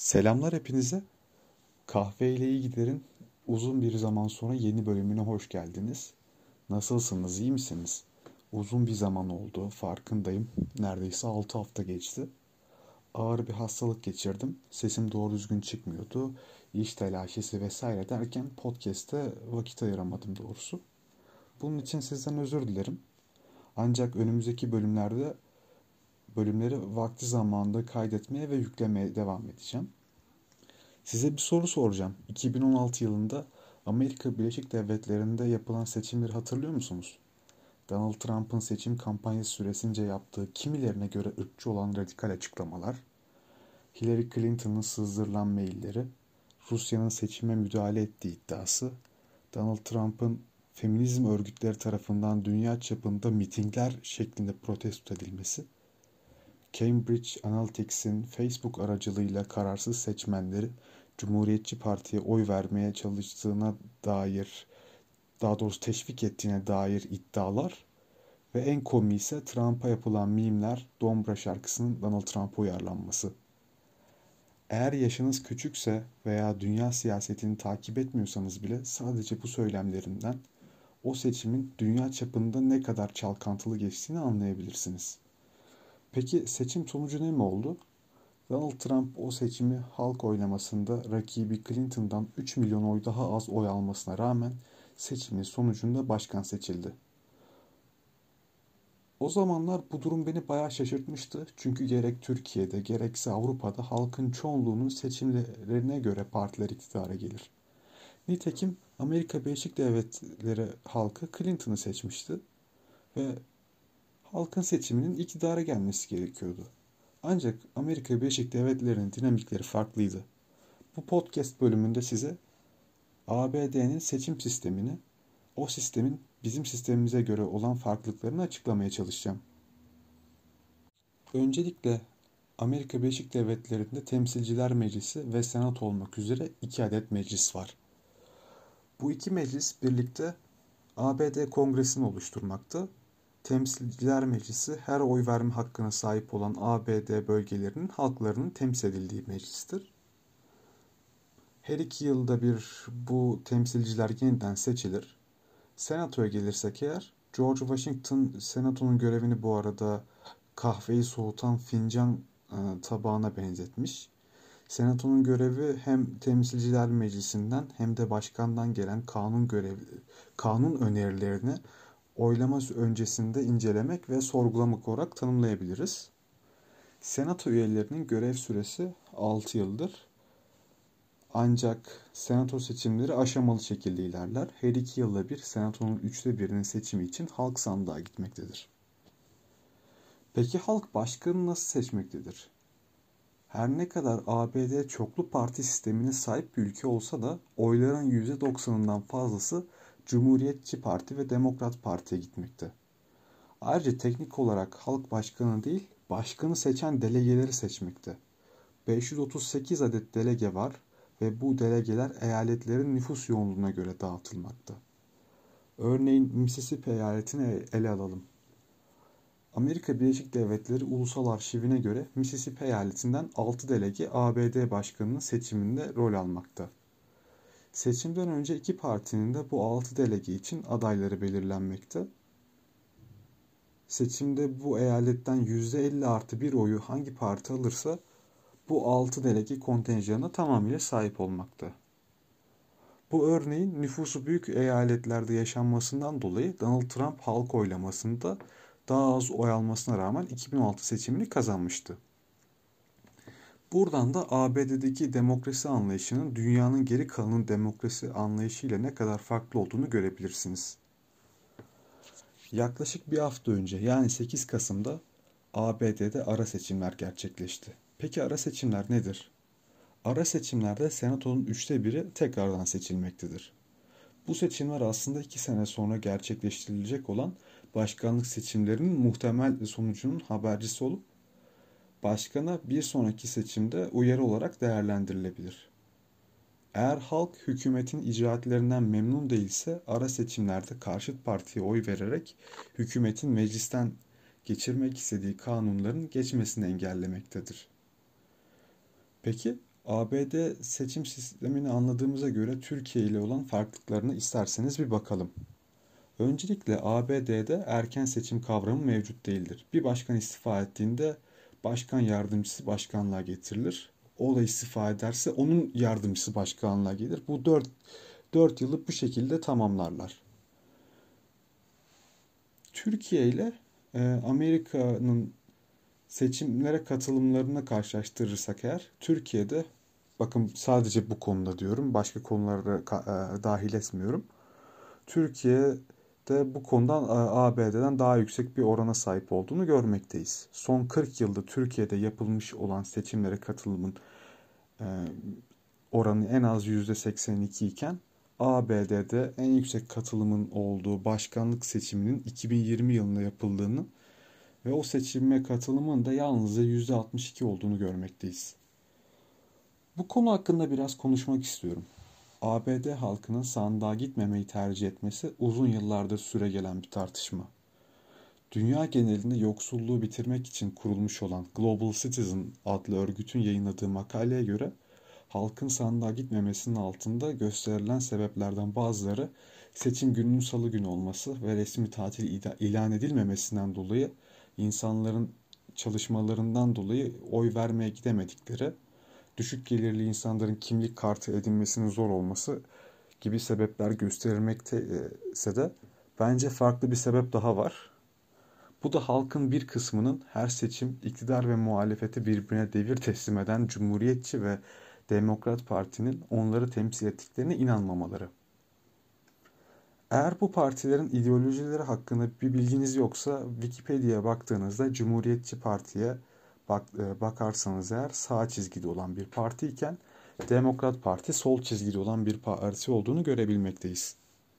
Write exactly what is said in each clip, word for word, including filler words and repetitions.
Selamlar hepinize. Kahve ile iyi giderin uzun bir zaman sonra yeni bölümüne hoş geldiniz. Nasılsınız, iyi misiniz? Uzun bir zaman oldu, farkındayım. Neredeyse altı hafta geçti. Ağır bir hastalık geçirdim. Sesim doğru düzgün çıkmıyordu. İş telaşesi vesaire derken podcast'te vakit ayıramadım doğrusu. Bunun için sizden özür dilerim. Ancak önümüzdeki bölümlerde bölümleri vakti zamanında kaydetmeye ve yüklemeye devam edeceğim. Size bir soru soracağım. iki bin on altı yılında Amerika Birleşik Devletleri'nde yapılan seçimleri hatırlıyor musunuz? Donald Trump'ın seçim kampanyası süresince yaptığı kimilerine göre ırkçı olan radikal açıklamalar, Hillary Clinton'ın sızdırılan mailleri, Rusya'nın seçime müdahale ettiği iddiası, Donald Trump'ın feminizm örgütleri tarafından dünya çapında mitingler şeklinde protesto edilmesi, Cambridge Analytica'ın Facebook aracılığıyla kararsız seçmenleri Cumhuriyetçi Parti'ye oy vermeye çalıştığına dair, daha doğrusu teşvik ettiğine dair iddialar ve en komiği ise Trump'a yapılan mimler Dombra şarkısının Donald Trump'a uyarlanması. Eğer yaşınız küçükse veya dünya siyasetini takip etmiyorsanız bile sadece bu söylemlerinden o seçimin dünya çapında ne kadar çalkantılı geçtiğini anlayabilirsiniz. Peki seçim sonucu ne mi oldu? Donald Trump o seçimi halk oylamasında rakibi Clinton'dan üç milyon oy daha az oy almasına rağmen seçimin sonucunda başkan seçildi. O zamanlar bu durum beni bayağı şaşırtmıştı. Çünkü gerek Türkiye'de gerekse Avrupa'da halkın çoğunluğunun seçimlerine göre partiler iktidara gelir. Nitekim Amerika Birleşik Devletleri halkı Clinton'ı seçmişti ve halkın seçiminin iktidara gelmesi gerekiyordu. Ancak Amerika Birleşik Devletleri'nin dinamikleri farklıydı. Bu podcast bölümünde size A B D'nin seçim sistemini, o sistemin bizim sistemimize göre olan farklılıklarını açıklamaya çalışacağım. Öncelikle Amerika Birleşik Devletleri'nde Temsilciler Meclisi ve Senato olmak üzere iki adet meclis var. Bu iki meclis birlikte A B D Kongresi'ni oluşturmakta. Temsilciler Meclisi her oy verme hakkına sahip olan A B D bölgelerinin halklarının temsil edildiği meclistir. Her iki yılda bir bu temsilciler yeniden seçilir. Senatoya gelirsek eğer, George Washington Senato'nun görevini bu arada kahveyi soğutan fincan e, tabağına benzetmiş. Senato'nun görevi hem Temsilciler Meclisi'nden hem de başkandan gelen kanun görev kanun önerilerini oylama öncesinde incelemek ve sorgulamak olarak tanımlayabiliriz. Senato üyelerinin görev süresi altı yıldır. Ancak senato seçimleri aşamalı şekilde ilerler. Her iki yılda bir senatonun üçte birinin seçimi için halk sandığa gitmektedir. Peki halk başkanı nasıl seçmektedir? Her ne kadar A B D çoklu parti sistemine sahip bir ülke olsa da oyların yüzde doksanından fazlası Cumhuriyetçi Parti ve Demokrat Parti'ye gitmekte. Ayrıca teknik olarak halk başkanı değil, başkanı seçen delegeleri seçmekte. beş yüz otuz sekiz adet delege var ve bu delegeler eyaletlerin nüfus yoğunluğuna göre dağıtılmakta. Örneğin Mississippi eyaletini ele alalım. Amerika Birleşik Devletleri Ulusal Arşivine göre Mississippi eyaletinden altı delege A B D başkanının seçiminde rol almakta. Seçimden önce iki partinin de bu altı delege için adayları belirlenmekte. Seçimde bu eyaletten yüzde elli artı bir oyu hangi parti alırsa bu altı delege kontenjanına tamamıyla sahip olmakta. Bu örneğin nüfusu büyük eyaletlerde yaşanmasından dolayı Donald Trump halk oylamasında daha az oy almasına rağmen iki bin on altı seçimini kazanmıştı. Buradan da A B D'deki demokrasi anlayışının dünyanın geri kalanının demokrasi anlayışıyla ne kadar farklı olduğunu görebilirsiniz. Yaklaşık bir hafta önce yani sekiz Kasım'da A B D'de ara seçimler gerçekleşti. Peki ara seçimler nedir? Ara seçimlerde senatonun üçte biri tekrardan seçilmektedir. Bu seçimler aslında iki sene sonra gerçekleştirilecek olan başkanlık seçimlerinin muhtemel sonucunun habercisi olup başkana bir sonraki seçimde uyarı olarak değerlendirilebilir. Eğer halk hükümetin icraatlerinden memnun değilse ara seçimlerde karşıt partiye oy vererek hükümetin meclisten geçirmek istediği kanunların geçmesini engellemektedir. Peki A B D seçim sistemini anladığımıza göre Türkiye ile olan farklılıklarını isterseniz bir bakalım. Öncelikle A B D'de erken seçim kavramı mevcut değildir. Bir başkan istifa ettiğinde başkan yardımcısı başkanlığa getirilir. O da istifa ederse onun yardımcısı başkanlığa gelir. Bu dört dört yılı bu şekilde tamamlarlar. Türkiye ile e, Amerika'nın seçimlere katılımlarını karşılaştırırsak eğer, Türkiye'de, bakın sadece bu konuda diyorum, başka konulara e, dahil etmiyorum. Türkiye'de bu konudan A B D'den daha yüksek bir orana sahip olduğunu görmekteyiz. Son kırk yılda Türkiye'de yapılmış olan seçimlere katılımın e, oranı en az yüzde seksen iki iken, A B D'de en yüksek katılımın olduğu başkanlık seçiminin iki bin yirmi yılında yapıldığını ve o seçime katılımın da yalnızca yüzde altmış iki olduğunu görmekteyiz. Bu konu hakkında biraz konuşmak istiyorum. A B D halkının sandığa gitmemeyi tercih etmesi uzun yıllardır süregelen bir tartışma. Dünya genelinde yoksulluğu bitirmek için kurulmuş olan Global Citizen adlı örgütün yayınladığı makaleye göre, halkın sandığa gitmemesinin altında gösterilen sebeplerden bazıları seçim gününün salı günü olması ve resmi tatil ilan edilmemesinden dolayı insanların çalışmalarından dolayı oy vermeye gidemedikleri, düşük gelirli insanların kimlik kartı edinmesinin zor olması gibi sebepler gösterilmekte de bence farklı bir sebep daha var. Bu da halkın bir kısmının her seçim iktidar ve muhalefeti birbirine devir teslim eden Cumhuriyetçi ve Demokrat Parti'nin onları temsil ettiklerine inanmamaları. Eğer bu partilerin ideolojileri hakkında bir bilginiz yoksa, Wikipedia'ya baktığınızda Cumhuriyetçi Parti'ye bak, e, bakarsanız eğer sağ çizgide olan bir parti iken, Demokrat Parti sol çizgide olan bir parti olduğunu görebilmekteyiz.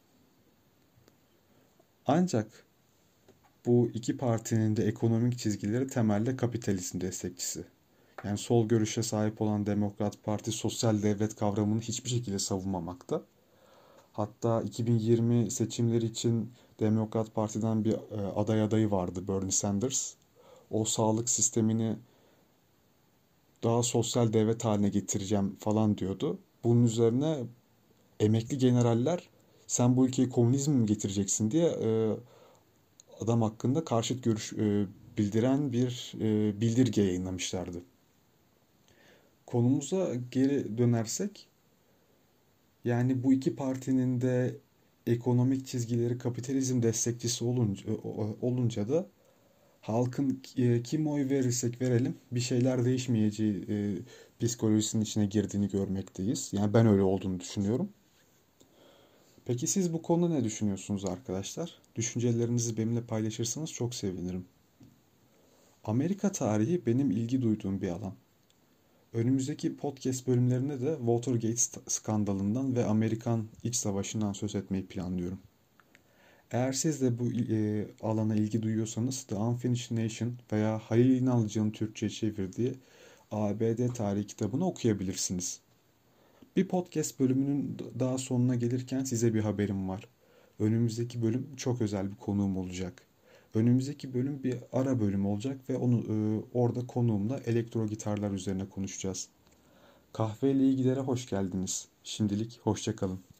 Ancak bu iki partinin de ekonomik çizgileri temelde kapitalizm destekçisi. Yani sol görüşe sahip olan Demokrat Parti sosyal devlet kavramını hiçbir şekilde savunmamakta. Hatta iki bin yirmi seçimleri için Demokrat Parti'den bir e, aday adayı vardı, Bernie Sanders. O sağlık sistemini daha sosyal devlet haline getireceğim falan diyordu. Bunun üzerine emekli generaller, sen bu ülkeyi komünizm mi getireceksin diye e, adam hakkında karşıt görüş e, bildiren bir e, bildirge yayınlamışlardı. Konumuza geri dönersek, yani bu iki partinin de ekonomik çizgileri kapitalizm destekçisi olunca, olunca da halkın e, kim oy verirsek verelim bir şeyler değişmeyeceği e, psikolojisinin içine girdiğini görmekteyiz. Yani ben öyle olduğunu düşünüyorum. Peki siz bu konuda ne düşünüyorsunuz arkadaşlar? Düşüncelerinizi benimle paylaşırsanız çok sevinirim. Amerika tarihi benim ilgi duyduğum bir alan. Önümüzdeki podcast bölümlerinde de Watergate skandalından ve Amerikan İç Savaşı'ndan söz etmeyi planlıyorum. Eğer siz de bu e, alana ilgi duyuyorsanız The Unfinished Nation veya Halil İnalcı'nın Türkçe'ye çevirdiği A B D tarihi kitabını okuyabilirsiniz. Bir podcast bölümünün daha sonuna gelirken size bir haberim var. Önümüzdeki bölüm çok özel bir konuğum olacak. Önümüzdeki bölüm bir ara bölüm olacak ve onu e, orada konuğumla elektro gitarlar üzerine konuşacağız. Kahve ile ilgilere hoş geldiniz. Şimdilik hoşça kalın.